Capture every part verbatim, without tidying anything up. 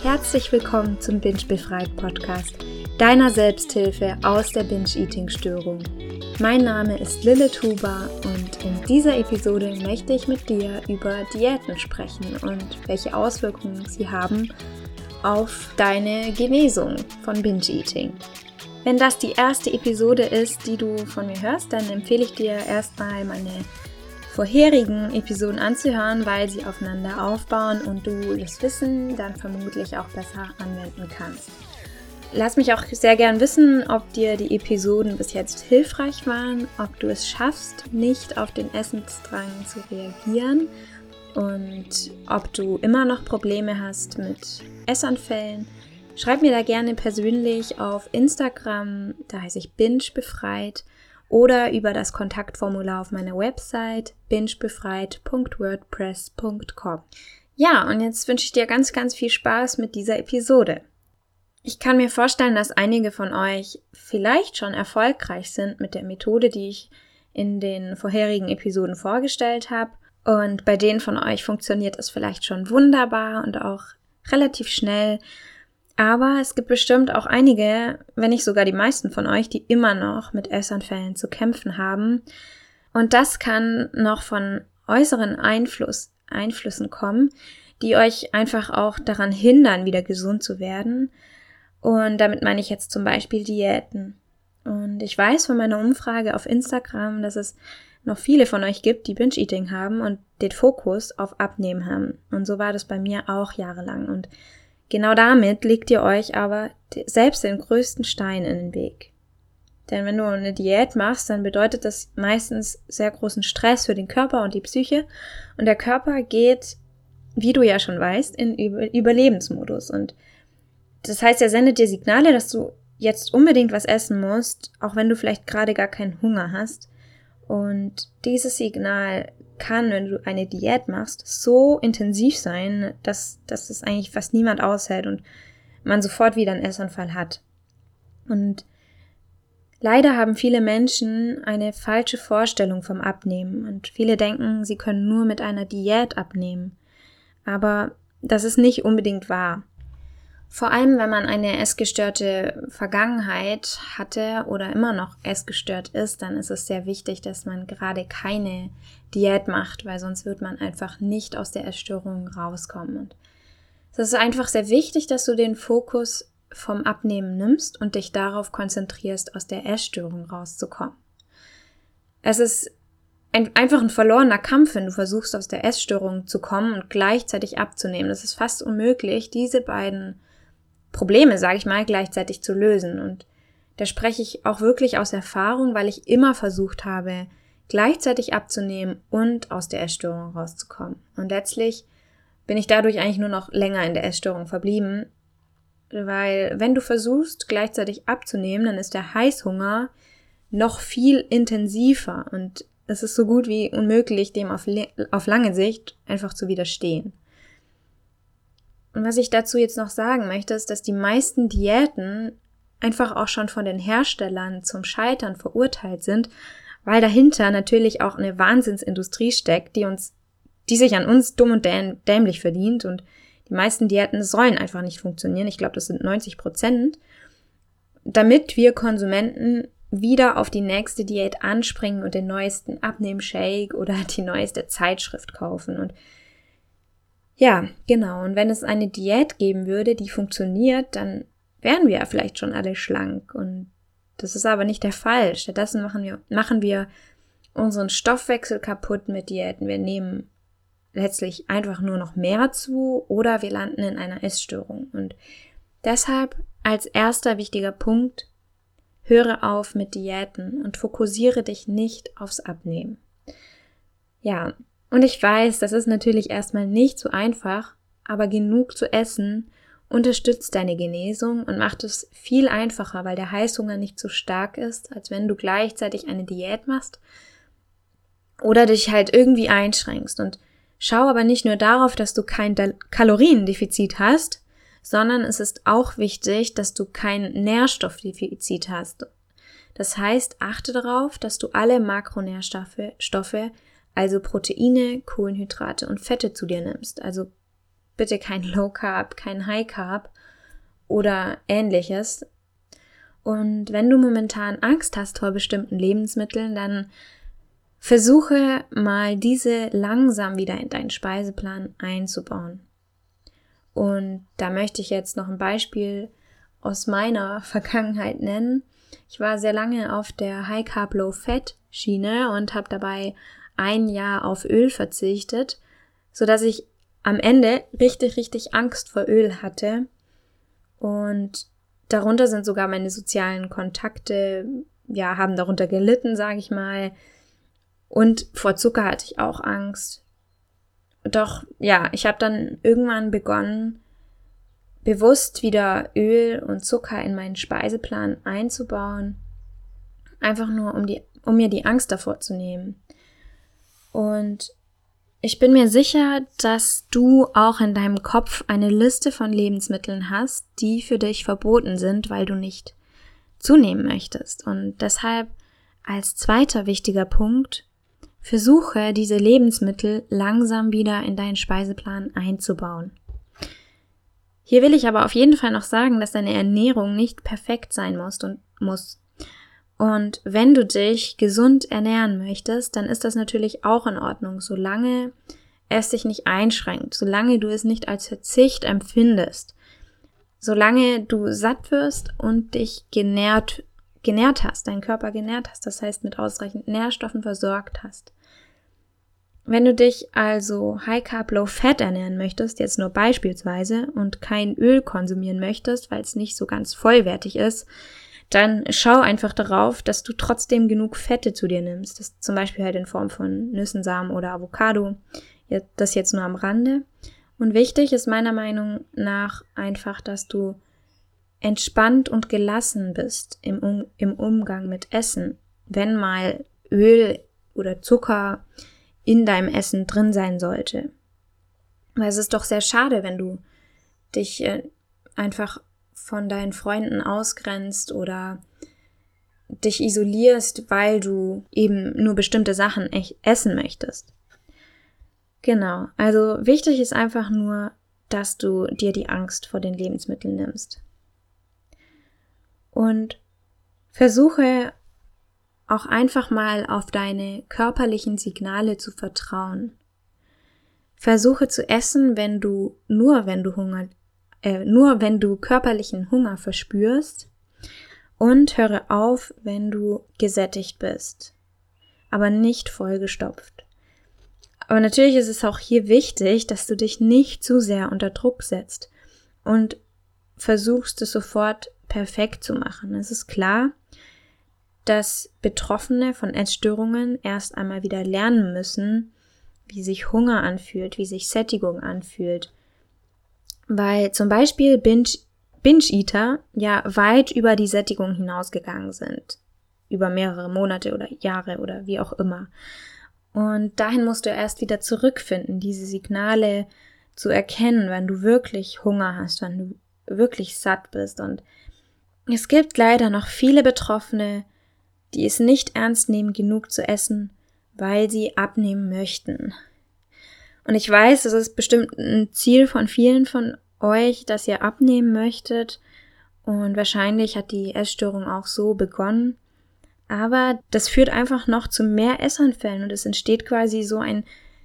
Herzlich willkommen zum Binge Befreit Podcast, deiner Selbsthilfe aus der Binge-Eating-Störung. Mein Name ist Lilith Huber und in dieser Episode möchte ich mit dir über Diäten sprechen und welche Auswirkungen sie haben auf deine Genesung von Binge-Eating. Wenn das die erste Episode ist, die du von mir hörst, dann empfehle ich dir erstmal meine vorherigen Episoden anzuhören, weil sie aufeinander aufbauen und du das Wissen dann vermutlich auch besser anwenden kannst. Lass mich auch sehr gern wissen, ob dir die Episoden bis jetzt hilfreich waren, ob du es schaffst, nicht auf den Essensdrang zu reagieren und ob du immer noch Probleme hast mit Essanfällen. Schreib mir da gerne persönlich auf Instagram, da heiße ich Binge Befreit, oder über das Kontaktformular auf meiner Website binge befreit punkt wordpress punkt com. Ja, und jetzt wünsche ich dir ganz, ganz viel Spaß mit dieser Episode. Ich kann mir vorstellen, dass einige von euch vielleicht schon erfolgreich sind mit der Methode, die ich in den vorherigen Episoden vorgestellt habe. Und bei denen von euch funktioniert es vielleicht schon wunderbar und auch relativ schnell. Aber es gibt bestimmt auch einige, wenn nicht sogar die meisten von euch, die immer noch mit Essanfällen zu kämpfen haben. Und das kann noch von äußeren Einfluss, Einflüssen kommen, die euch einfach auch daran hindern, wieder gesund zu werden. Und damit meine ich jetzt zum Beispiel Diäten. Und ich weiß von meiner Umfrage auf Instagram, dass es noch viele von euch gibt, die Binge-Eating haben und den Fokus auf Abnehmen haben. Und so war das bei mir auch jahrelang. Und genau damit legt ihr euch aber selbst den größten Stein in den Weg. Denn wenn du eine Diät machst, dann bedeutet das meistens sehr großen Stress für den Körper und die Psyche. Und der Körper geht, wie du ja schon weißt, in Überlebensmodus. Und das heißt, er sendet dir Signale, dass du jetzt unbedingt was essen musst, auch wenn du vielleicht gerade gar keinen Hunger hast. Und dieses Signal kann, wenn du eine Diät machst, so intensiv sein, dass, dass es eigentlich fast niemand aushält und man sofort wieder einen Essanfall hat. Und leider haben viele Menschen eine falsche Vorstellung vom Abnehmen und viele denken, sie können nur mit einer Diät abnehmen. Aber das ist nicht unbedingt wahr. Vor allem, wenn man eine essgestörte Vergangenheit hatte oder immer noch essgestört ist, dann ist es sehr wichtig, dass man gerade keine Diät macht, weil sonst wird man einfach nicht aus der Essstörung rauskommen. Und es ist einfach sehr wichtig, dass du den Fokus vom Abnehmen nimmst und dich darauf konzentrierst, aus der Essstörung rauszukommen. Es ist ein, einfach ein verlorener Kampf, wenn du versuchst, aus der Essstörung zu kommen und gleichzeitig abzunehmen. Das ist fast unmöglich, diese beiden Probleme, sage ich mal, gleichzeitig zu lösen. Und da spreche ich auch wirklich aus Erfahrung, weil ich immer versucht habe, gleichzeitig abzunehmen und aus der Essstörung rauszukommen. Und letztlich bin ich dadurch eigentlich nur noch länger in der Essstörung verblieben, weil wenn du versuchst, gleichzeitig abzunehmen, dann ist der Heißhunger noch viel intensiver und es ist so gut wie unmöglich, dem auf, auf lange Sicht einfach zu widerstehen. Und was ich dazu jetzt noch sagen möchte, ist, dass die meisten Diäten einfach auch schon von den Herstellern zum Scheitern verurteilt sind, weil dahinter natürlich auch eine Wahnsinnsindustrie steckt, die uns, die sich an uns dumm und dämlich verdient. Und die meisten Diäten sollen einfach nicht funktionieren. Ich glaube, das sind neunzig Prozent, damit wir Konsumenten wieder auf die nächste Diät anspringen und den neuesten Abnehmshake oder die neueste Zeitschrift kaufen. Und ja, genau. Und wenn es eine Diät geben würde, die funktioniert, dann wären wir ja vielleicht schon alle schlank. Und das ist aber nicht der Fall. Stattdessen machen wir, machen wir unseren Stoffwechsel kaputt mit Diäten. Wir nehmen letztlich einfach nur noch mehr zu oder wir landen in einer Essstörung. Und deshalb als erster wichtiger Punkt, höre auf mit Diäten und fokussiere dich nicht aufs Abnehmen. Ja, und ich weiß, das ist natürlich erstmal nicht so einfach, aber genug zu essen unterstützt deine Genesung und macht es viel einfacher, weil der Heißhunger nicht so stark ist, als wenn du gleichzeitig eine Diät machst oder dich halt irgendwie einschränkst. Und schau aber nicht nur darauf, dass du kein Kaloriendefizit hast, sondern es ist auch wichtig, dass du kein Nährstoffdefizit hast. Das heißt, achte darauf, dass du alle Makronährstoffe, Stoffe, also Proteine, Kohlenhydrate und Fette zu dir nimmst. Also bitte kein Low Carb, kein High Carb oder ähnliches. Und wenn du momentan Angst hast vor bestimmten Lebensmitteln, dann versuche mal diese langsam wieder in deinen Speiseplan einzubauen. Und da möchte ich jetzt noch ein Beispiel aus meiner Vergangenheit nennen. Ich war sehr lange auf der High Carb Low Fat Schiene und habe dabei ein Jahr auf Öl verzichtet, sodass ich am Ende richtig, richtig Angst vor Öl hatte. Und darunter sind sogar meine sozialen Kontakte, ja, haben darunter gelitten, sage ich mal. Und vor Zucker hatte ich auch Angst. Doch, ja, ich habe dann irgendwann begonnen, bewusst wieder Öl und Zucker in meinen Speiseplan einzubauen. Einfach nur, um die, um mir die Angst davor zu nehmen. Und ich bin mir sicher, dass du auch in deinem Kopf eine Liste von Lebensmitteln hast, die für dich verboten sind, weil du nicht zunehmen möchtest. Und deshalb als zweiter wichtiger Punkt, versuche diese Lebensmittel langsam wieder in deinen Speiseplan einzubauen. Hier will ich aber auf jeden Fall noch sagen, dass deine Ernährung nicht perfekt sein muss und muss. Und wenn du dich gesund ernähren möchtest, dann ist das natürlich auch in Ordnung, solange es dich nicht einschränkt, solange du es nicht als Verzicht empfindest, solange du satt wirst und dich genährt, genährt hast, deinen Körper genährt hast, das heißt mit ausreichend Nährstoffen versorgt hast. Wenn du dich also High Carb Low Fat ernähren möchtest, jetzt nur beispielsweise, und kein Öl konsumieren möchtest, weil es nicht so ganz vollwertig ist, dann schau einfach darauf, dass du trotzdem genug Fette zu dir nimmst. Das zum Beispiel halt in Form von Nüssen, Samen oder Avocado. Das jetzt nur am Rande. Und wichtig ist meiner Meinung nach einfach, dass du entspannt und gelassen bist im, um- im Umgang mit Essen. Wenn mal Öl oder Zucker in deinem Essen drin sein sollte. Weil es ist doch sehr schade, wenn du dich äh, einfach von deinen Freunden ausgrenzt oder dich isolierst, weil du eben nur bestimmte Sachen echt essen möchtest. Genau, also wichtig ist einfach nur, dass du dir die Angst vor den Lebensmitteln nimmst. Und versuche auch einfach mal auf deine körperlichen Signale zu vertrauen. Versuche zu essen, wenn du, nur wenn du Hunger Äh, nur wenn du körperlichen Hunger verspürst, und höre auf, wenn du gesättigt bist, aber nicht vollgestopft. Aber natürlich ist es auch hier wichtig, dass du dich nicht zu sehr unter Druck setzt und versuchst es sofort perfekt zu machen. Es ist klar, dass Betroffene von Essstörungen erst einmal wieder lernen müssen, wie sich Hunger anfühlt, wie sich Sättigung anfühlt. Weil zum Beispiel Binge, Binge-Eater ja weit über die Sättigung hinausgegangen sind. Über mehrere Monate oder Jahre oder wie auch immer. Und dahin musst du erst wieder zurückfinden, diese Signale zu erkennen, wenn du wirklich Hunger hast, wenn du wirklich satt bist. Und es gibt leider noch viele Betroffene, die es nicht ernst nehmen, genug zu essen, weil sie abnehmen möchten. Und ich weiß, das ist bestimmt ein Ziel von vielen von euch, dass ihr abnehmen möchtet. Und wahrscheinlich hat die Essstörung auch so begonnen. Aber das führt einfach noch zu mehr Essanfällen und es entsteht quasi so ein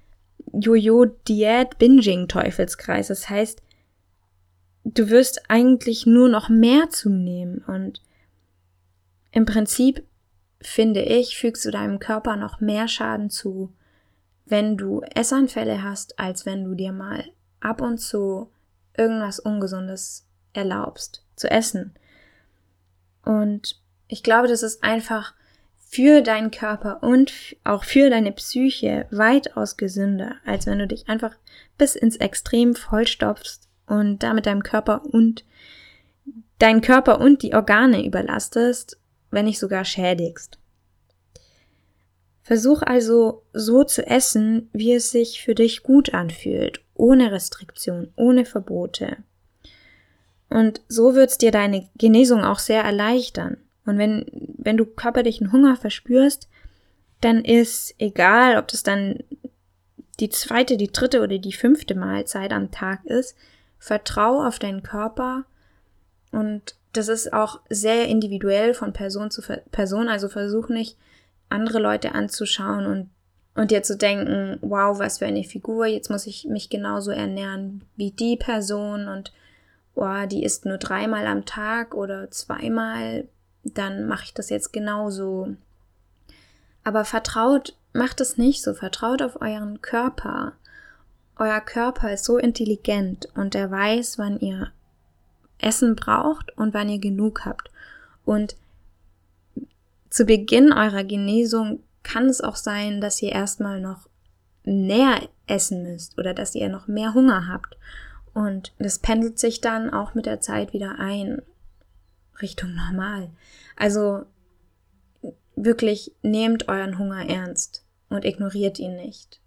Jojo-Diät-Binging-Teufelskreis. Das heißt, du wirst eigentlich nur noch mehr zunehmen. Und im Prinzip, finde ich, fügst du deinem Körper noch mehr Schaden zu, wenn du Essanfälle hast, als wenn du dir mal ab und zu irgendwas Ungesundes erlaubst zu essen. Und ich glaube, das ist einfach für deinen Körper und auch für deine Psyche weitaus gesünder, als wenn du dich einfach bis ins Extrem vollstopfst und damit deinem Körper und deinen Körper und die Organe überlastest, wenn nicht sogar schädigst. Versuch also so zu essen, wie es sich für dich gut anfühlt, ohne Restriktion, ohne Verbote. Und so wird es dir deine Genesung auch sehr erleichtern. Und wenn, wenn du körperlichen Hunger verspürst, dann ist egal, ob das dann die zweite, die dritte oder die fünfte Mahlzeit am Tag ist, vertrau auf deinen Körper, und das ist auch sehr individuell von Person zu Person, also versuch nicht, andere Leute anzuschauen und, und dir zu denken, wow, was für eine Figur, jetzt muss ich mich genauso ernähren wie die Person und oh, die isst nur dreimal am Tag oder zweimal, dann mache ich das jetzt genauso. Aber vertraut, macht es nicht so, vertraut auf euren Körper. Euer Körper ist so intelligent und er weiß, wann ihr Essen braucht und wann ihr genug habt. Und zu Beginn eurer Genesung kann es auch sein, dass ihr erstmal noch mehr essen müsst oder dass ihr noch mehr Hunger habt. Und das pendelt sich dann auch mit der Zeit wieder ein, Richtung normal. Also wirklich nehmt euren Hunger ernst und ignoriert ihn nicht.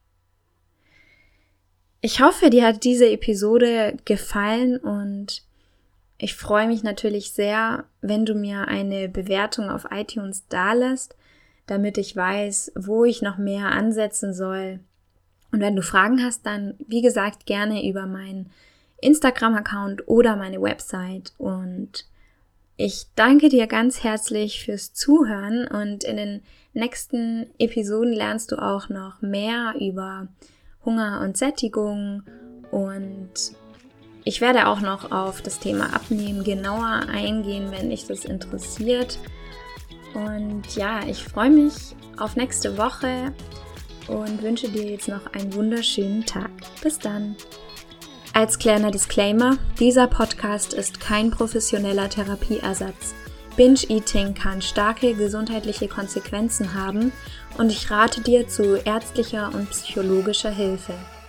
Ich hoffe, dir hat diese Episode gefallen und ich freue mich natürlich sehr, wenn du mir eine Bewertung auf iTunes dalässt, damit ich weiß, wo ich noch mehr ansetzen soll. Und wenn du Fragen hast, dann, wie gesagt, gerne über meinen Instagram-Account oder meine Website. Und ich danke dir ganz herzlich fürs Zuhören und in den nächsten Episoden lernst du auch noch mehr über Hunger und Sättigung, und ich werde auch noch auf das Thema Abnehmen genauer eingehen, wenn dich das interessiert. Und ja, ich freue mich auf nächste Woche und wünsche dir jetzt noch einen wunderschönen Tag. Bis dann! Als kleiner Disclaimer, dieser Podcast ist kein professioneller Therapieersatz. Binge-Eating kann starke gesundheitliche Konsequenzen haben und ich rate dir zu ärztlicher und psychologischer Hilfe.